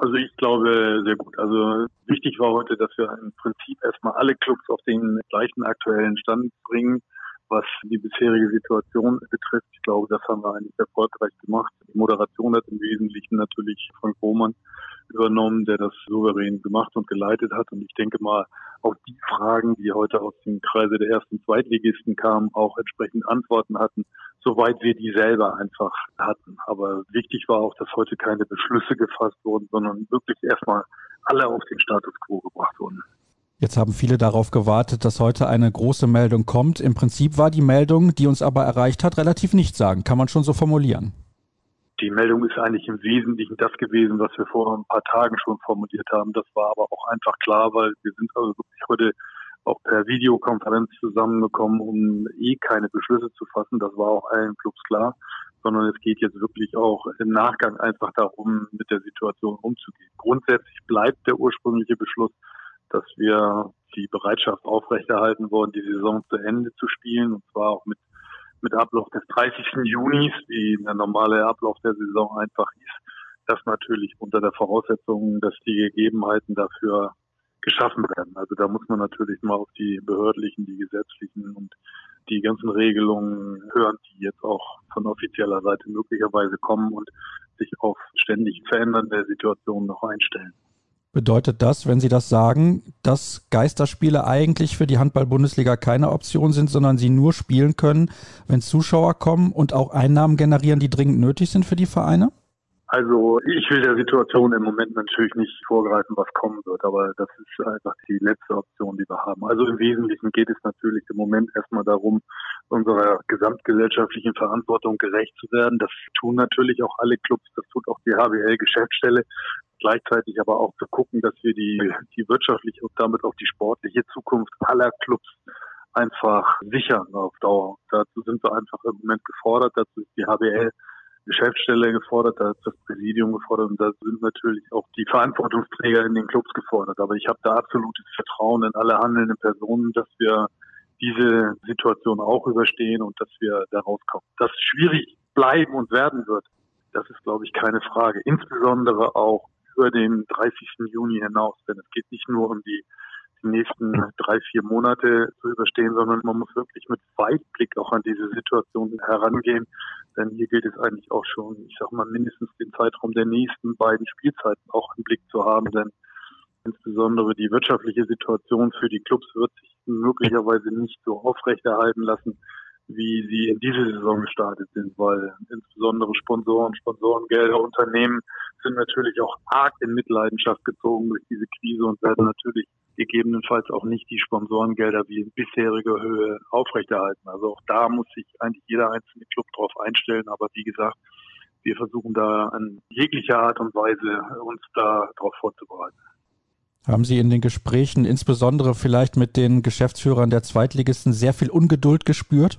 Also ich glaube sehr gut. Also wichtig war heute, dass wir im Prinzip erstmal alle Clubs auf den gleichen aktuellen Stand bringen, was die bisherige Situation betrifft. Ich glaube, das haben wir eigentlich erfolgreich gemacht. Die Moderation hat im Wesentlichen natürlich Frank Roman übernommen, der das souverän gemacht und geleitet hat. Und ich denke mal, auch die Fragen, die heute aus dem Kreise der Erst- und Zweitligisten kamen, auch entsprechend Antworten hatten, soweit wir die selber einfach hatten. Aber wichtig war auch, dass heute keine Beschlüsse gefasst wurden, sondern wirklich erstmal alle auf den Status quo gebracht wurden. Jetzt haben viele darauf gewartet, dass heute eine große Meldung kommt. Im Prinzip war die Meldung, die uns aber erreicht hat, relativ nichtssagend. Kann man schon so formulieren. Die Meldung ist eigentlich im Wesentlichen das gewesen, was wir vor ein paar Tagen schon formuliert haben. Das war aber auch einfach klar, weil wir sind also wirklich heute auch per Videokonferenz zusammengekommen, um keine Beschlüsse zu fassen. Das war auch allen Clubs klar, sondern es geht jetzt wirklich auch im Nachgang einfach darum, mit der Situation umzugehen. Grundsätzlich bleibt der ursprüngliche Beschluss, dass wir die Bereitschaft aufrechterhalten wollen, die Saison zu Ende zu spielen, und zwar auch mit Ablauf des 30. Junis, wie der normale Ablauf der Saison einfach ist. Das natürlich unter der Voraussetzung, dass die Gegebenheiten dafür geschaffen werden. Also da muss man natürlich mal auf die behördlichen, die gesetzlichen und die ganzen Regelungen hören, die jetzt auch von offizieller Seite möglicherweise kommen und sich auf ständig verändernde Situationen noch einstellen. Bedeutet das, wenn Sie das sagen, dass Geisterspiele eigentlich für die Handball-Bundesliga keine Option sind, sondern sie nur spielen können, wenn Zuschauer kommen und auch Einnahmen generieren, die dringend nötig sind für die Vereine? Also ich will der Situation im Moment natürlich nicht vorgreifen, was kommen wird, aber das ist einfach die letzte Option, die wir haben. Also im Wesentlichen geht es natürlich im Moment erstmal darum, unserer gesamtgesellschaftlichen Verantwortung gerecht zu werden. Das tun natürlich auch alle Clubs, das tut auch die HBL-Geschäftsstelle. Gleichzeitig aber auch zu gucken, dass wir die wirtschaftliche und damit auch die sportliche Zukunft aller Clubs einfach sichern auf Dauer. Dazu sind wir einfach im Moment gefordert, dazu ist die HBL-Geschäftsstelle gefordert, da ist das Präsidium gefordert und da sind natürlich auch die Verantwortungsträger in den Clubs gefordert. Aber ich habe da absolutes Vertrauen in alle handelnden Personen, dass wir diese Situation auch überstehen und dass wir da rauskommen. Dass es schwierig bleiben und werden wird, das ist, glaube ich, keine Frage. Insbesondere auch über den 30. Juni hinaus. Denn es geht nicht nur um die nächsten 3-4 Monate zu überstehen, sondern man muss wirklich mit Weitblick auch an diese Situation herangehen. Denn hier gilt es eigentlich auch schon, ich sag mal, mindestens den Zeitraum der nächsten beiden Spielzeiten auch im Blick zu haben. Denn insbesondere die wirtschaftliche Situation für die Clubs wird sich möglicherweise nicht so aufrechterhalten lassen, wie sie in diese Saison gestartet sind, weil insbesondere Sponsoren, Sponsorengelder, Unternehmen sind natürlich auch arg in Mitleidenschaft gezogen durch diese Krise und werden natürlich gegebenenfalls auch nicht die Sponsorengelder wie in bisheriger Höhe aufrechterhalten. Also auch da muss sich eigentlich jeder einzelne Club drauf einstellen. Aber wie gesagt, wir versuchen da in jeglicher Art und Weise uns da drauf vorzubereiten. Haben Sie in den Gesprächen, insbesondere vielleicht mit den Geschäftsführern der Zweitligisten, sehr viel Ungeduld gespürt?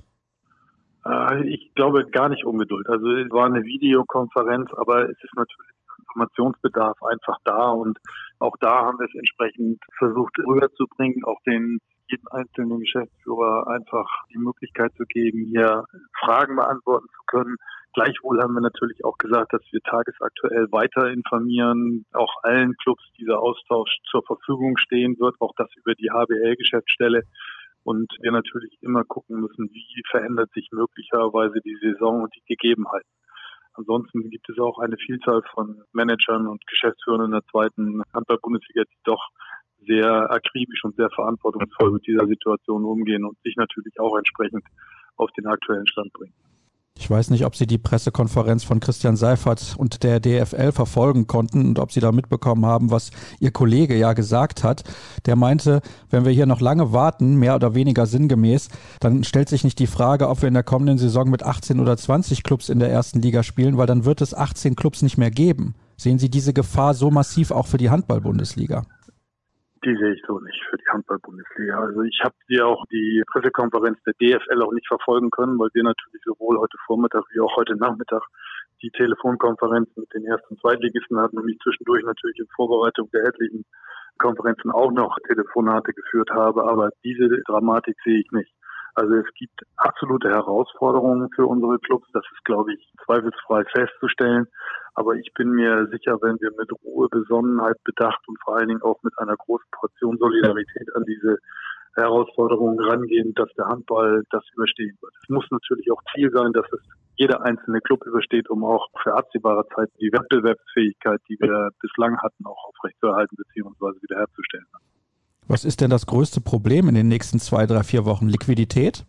Ich glaube gar nicht Ungeduld. Also es war eine Videokonferenz, aber es ist natürlich Informationsbedarf einfach da und auch da haben wir es entsprechend versucht rüberzubringen, auch den jeden einzelnen Geschäftsführer einfach die Möglichkeit zu geben, hier Fragen beantworten zu können. Gleichwohl haben wir natürlich auch gesagt, dass wir tagesaktuell weiter informieren, auch allen Clubs dieser Austausch zur Verfügung stehen wird, auch das über die HBL-Geschäftsstelle. Und wir natürlich immer gucken müssen, wie verändert sich möglicherweise die Saison und die Gegebenheiten. Ansonsten gibt es auch eine Vielzahl von Managern und Geschäftsführern in der zweiten Handball-Bundesliga, die doch sehr akribisch und sehr verantwortungsvoll mit dieser Situation umgehen und sich natürlich auch entsprechend auf den aktuellen Stand bringen. Ich weiß nicht, ob Sie die Pressekonferenz von Christian Seifert und der DFL verfolgen konnten und ob Sie da mitbekommen haben, was Ihr Kollege ja gesagt hat. Der meinte, wenn wir hier noch lange warten, mehr oder weniger sinngemäß, dann stellt sich nicht die Frage, ob wir in der kommenden Saison mit 18 oder 20 Clubs in der ersten Liga spielen, weil dann wird es 18 Clubs nicht mehr geben. Sehen Sie diese Gefahr so massiv auch für die Handball-Bundesliga? Die sehe ich so nicht für die Handball-Bundesliga. Also ich habe die Pressekonferenz der DFL auch nicht verfolgen können, weil wir natürlich sowohl heute Vormittag wie auch heute Nachmittag die Telefonkonferenz mit den Erst- und Zweitligisten hatten und ich zwischendurch natürlich in Vorbereitung der etlichen Konferenzen auch noch Telefonate geführt habe. Aber diese Dramatik sehe ich nicht. Also es gibt absolute Herausforderungen für unsere Clubs. Das ist, glaube ich, zweifelsfrei festzustellen. Aber ich bin mir sicher, wenn wir mit Ruhe, Besonnenheit, Bedacht und vor allen Dingen auch mit einer großen Portion Solidarität an diese Herausforderungen rangehen, dass der Handball das überstehen wird. Es muss natürlich auch Ziel sein, dass es jeder einzelne Club übersteht, um auch für absehbare Zeit die Wettbewerbsfähigkeit, die wir bislang hatten, auch aufrechtzuerhalten bzw. wiederherzustellen. Was ist denn das größte Problem in den nächsten 2, 3, 4 Wochen? Liquidität?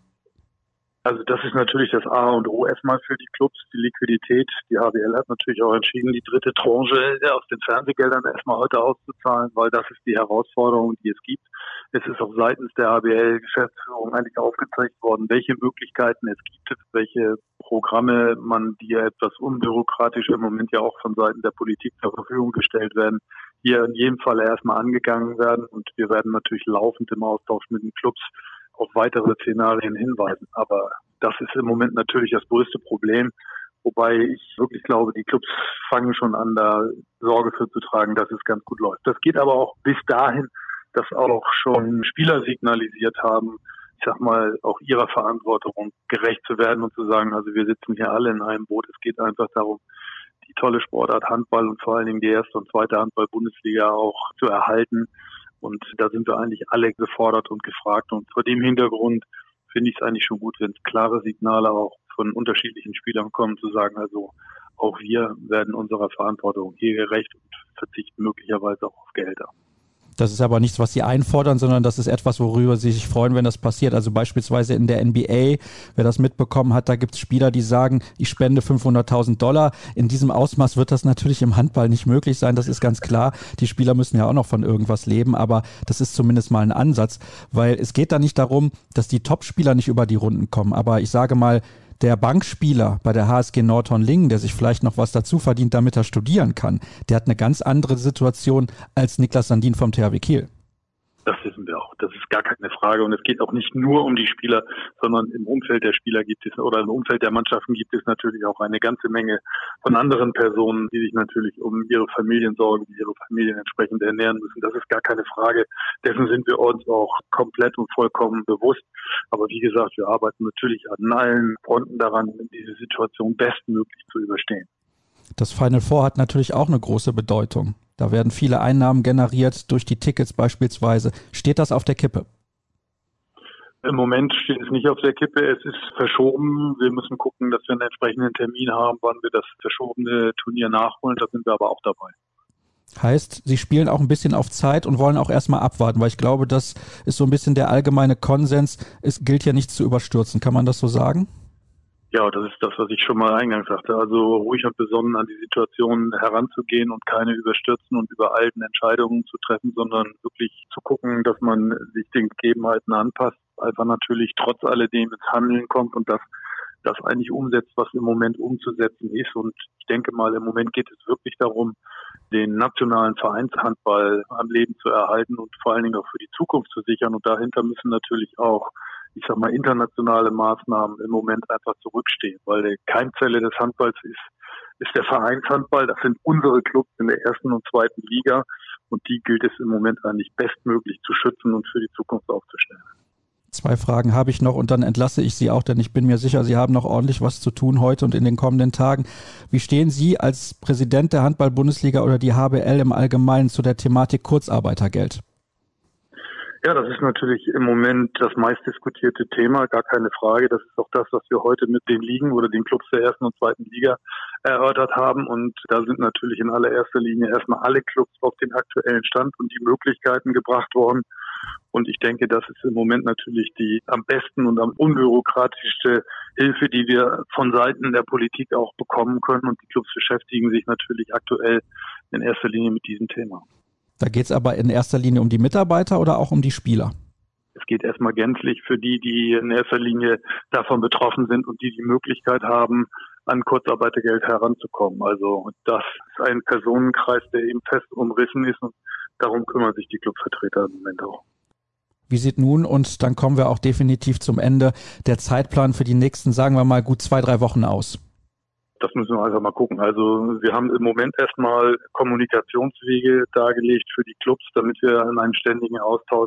Also das ist natürlich das A und O erstmal für die Clubs, die Liquidität. Die HBL hat natürlich auch entschieden, die dritte Tranche aus den Fernsehgeldern erstmal heute auszuzahlen, weil das ist die Herausforderung, die es gibt. Es ist auch seitens der HBL-Geschäftsführung eigentlich aufgezeigt worden, welche Möglichkeiten es gibt, welche Programme man, die ja etwas unbürokratisch im Moment ja auch von Seiten der Politik zur Verfügung gestellt werden, hier in jedem Fall erstmal angegangen werden. Und wir werden natürlich laufend im Austausch mit den Clubs auf weitere Szenarien hinweisen. Aber das ist im Moment natürlich das größte Problem, wobei ich wirklich glaube, die Clubs fangen schon an, da Sorge für zu tragen, dass es ganz gut läuft. Das geht aber auch bis dahin, dass auch schon Spieler signalisiert haben, ich sag mal, auch ihrer Verantwortung gerecht zu werden und zu sagen, also wir sitzen hier alle in einem Boot. Es geht einfach darum, die tolle Sportart Handball und vor allen Dingen die erste und zweite Handball-Bundesliga auch zu erhalten. Und da sind wir eigentlich alle gefordert und gefragt. Und vor dem Hintergrund finde ich es eigentlich schon gut, wenn es klare Signale auch von unterschiedlichen Spielern kommen, zu sagen, also auch wir werden unserer Verantwortung hier gerecht und verzichten möglicherweise auch auf Gehälter. Das ist aber nichts, was Sie einfordern, sondern das ist etwas, worüber Sie sich freuen, wenn das passiert. Also beispielsweise in der NBA, wer das mitbekommen hat, da gibt es Spieler, die sagen, ich spende $500.000. In diesem Ausmaß wird das natürlich im Handball nicht möglich sein, das ist ganz klar. Die Spieler müssen ja auch noch von irgendwas leben, aber das ist zumindest mal ein Ansatz, weil es geht da nicht darum, dass die Top-Spieler nicht über die Runden kommen. Aber ich sage mal, der Bankspieler bei der HSG Nordhorn-Lingen, der sich vielleicht noch was dazu verdient, damit er studieren kann, der hat eine ganz andere Situation als Niklas Sandin vom THW Kiel. Das wissen wir auch. Das ist gar keine Frage. Und es geht auch nicht nur um die Spieler, sondern im Umfeld der Spieler gibt es oder im Umfeld der Mannschaften gibt es natürlich auch eine ganze Menge von anderen Personen, die sich natürlich um ihre Familien sorgen, die ihre Familien entsprechend ernähren müssen. Das ist gar keine Frage. Dessen sind wir uns auch komplett und vollkommen bewusst. Aber wie gesagt, wir arbeiten natürlich an allen Fronten daran, diese Situation bestmöglich zu überstehen. Das Final Four hat natürlich auch eine große Bedeutung. Da werden viele Einnahmen generiert durch die Tickets beispielsweise. Steht das auf der Kippe? Im Moment steht es nicht auf der Kippe. Es ist verschoben. Wir müssen gucken, dass wir einen entsprechenden Termin haben, wann wir das verschobene Turnier nachholen. Da sind wir aber auch dabei. Heißt, Sie spielen auch ein bisschen auf Zeit und wollen auch erstmal abwarten, weil ich glaube, das ist so ein bisschen der allgemeine Konsens. Es gilt ja nichts zu überstürzen. Kann man das so sagen? Ja, das ist das, was ich schon mal eingangs sagte. Also ruhig und besonnen an die Situation heranzugehen und keine überstürzen und übereilten Entscheidungen zu treffen, sondern wirklich zu gucken, dass man sich den Gegebenheiten anpasst, einfach natürlich trotz alledem ins Handeln kommt und das eigentlich umsetzt, was im Moment umzusetzen ist. Und ich denke mal, im Moment geht es wirklich darum, den nationalen Vereinshandball am Leben zu erhalten und vor allen Dingen auch für die Zukunft zu sichern. Und dahinter müssen natürlich auch, ich sag mal, internationale Maßnahmen im Moment einfach zurückstehen, weil die Keimzelle des Handballs ist der Vereinshandball. Das sind unsere Clubs in der ersten und zweiten Liga und die gilt es im Moment eigentlich bestmöglich zu schützen und für die Zukunft aufzustellen. 2 Fragen habe ich noch und dann entlasse ich Sie auch, denn ich bin mir sicher, Sie haben noch ordentlich was zu tun heute und in den kommenden Tagen. Wie stehen Sie als Präsident der Handball-Bundesliga oder die HBL im Allgemeinen zu der Thematik Kurzarbeitergeld? Ja, das ist natürlich im Moment das meistdiskutierte Thema, gar keine Frage. Das ist auch das, was wir heute mit den Ligen oder den Clubs der ersten und zweiten Liga erörtert haben. Und da sind natürlich in allererster Linie erstmal alle Clubs auf den aktuellen Stand und die Möglichkeiten gebracht worden. Und ich denke, das ist im Moment natürlich die am besten und am unbürokratischste Hilfe, die wir von Seiten der Politik auch bekommen können. Und die Clubs beschäftigen sich natürlich aktuell in erster Linie mit diesem Thema. Da geht es aber in erster Linie um die Mitarbeiter oder auch um die Spieler? Es geht erstmal gänzlich für die in erster Linie davon betroffen sind und die Möglichkeit haben, an Kurzarbeitergeld heranzukommen. Also das ist ein Personenkreis, der eben fest umrissen ist und darum kümmern sich die Clubvertreter im Moment auch. Wie sieht nun, und dann kommen wir auch definitiv zum Ende, der Zeitplan für die nächsten, sagen wir mal, gut 2-3 Wochen aus? Das müssen wir einfach mal gucken. Also wir haben im Moment erstmal Kommunikationswege dargelegt für die Clubs, damit wir in einem ständigen Austausch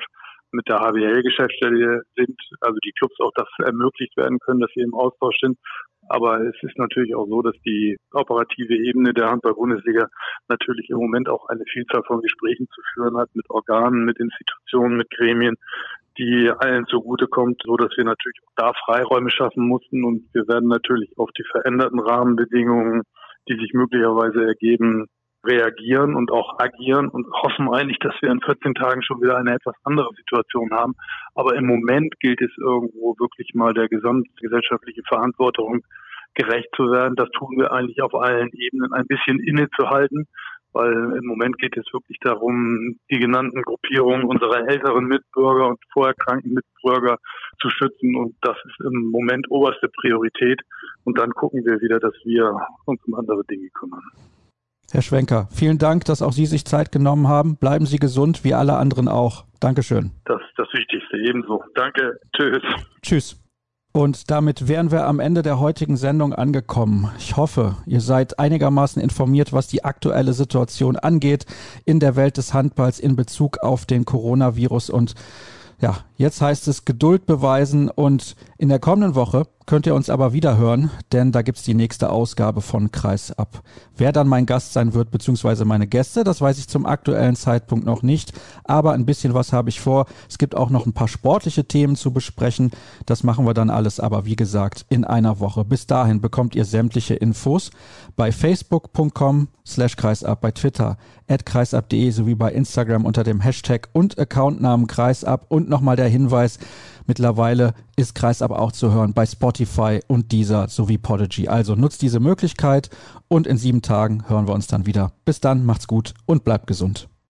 mit der HBL-Geschäftsstelle sind, also die Clubs auch das ermöglicht werden können, dass sie im Austausch sind. Aber es ist natürlich auch so, dass die operative Ebene der Handball-Bundesliga natürlich im Moment auch eine Vielzahl von Gesprächen zu führen hat mit Organen, mit Institutionen, mit Gremien, die allen zugutekommt, so dass wir natürlich auch da Freiräume schaffen mussten. Und wir werden natürlich auf die veränderten Rahmenbedingungen, die sich möglicherweise ergeben, reagieren und auch agieren und hoffen eigentlich, dass wir in 14 Tagen schon wieder eine etwas andere Situation haben. Aber im Moment gilt es irgendwo wirklich mal der gesamtgesellschaftlichen Verantwortung gerecht zu werden. Das tun wir eigentlich auf allen Ebenen, ein bisschen innezuhalten, weil im Moment geht es wirklich darum, die genannten Gruppierungen unserer älteren Mitbürger und vorerkrankten Mitbürger zu schützen. Und das ist im Moment oberste Priorität. Und dann gucken wir wieder, dass wir uns um andere Dinge kümmern. Herr Schwenker, vielen Dank, dass auch Sie sich Zeit genommen haben. Bleiben Sie gesund, wie alle anderen auch. Dankeschön. Das ist das Wichtigste, ebenso. Danke, tschüss. Tschüss. Und damit wären wir am Ende der heutigen Sendung angekommen. Ich hoffe, ihr seid einigermaßen informiert, was die aktuelle Situation angeht in der Welt des Handballs in Bezug auf den Coronavirus. Und ja, jetzt heißt es Geduld beweisen und in der kommenden Woche könnt ihr uns aber wieder hören, denn da gibt's die nächste Ausgabe von Kreisab. Wer dann mein Gast sein wird, beziehungsweise meine Gäste, das weiß ich zum aktuellen Zeitpunkt noch nicht, aber ein bisschen was habe ich vor. Es gibt auch noch ein paar sportliche Themen zu besprechen. Das machen wir dann alles aber, wie gesagt, in einer Woche. Bis dahin bekommt ihr sämtliche Infos bei facebook.com/kreisab, bei Twitter @kreisab.de sowie bei Instagram unter dem Hashtag und Accountnamen Kreisab. Und nochmal der Hinweis, mittlerweile ist Kreisab auch zu hören bei Spotify und Deezer sowie Podigy. Also nutzt diese Möglichkeit und in 7 Tagen hören wir uns dann wieder. Bis dann, macht's gut und bleibt gesund.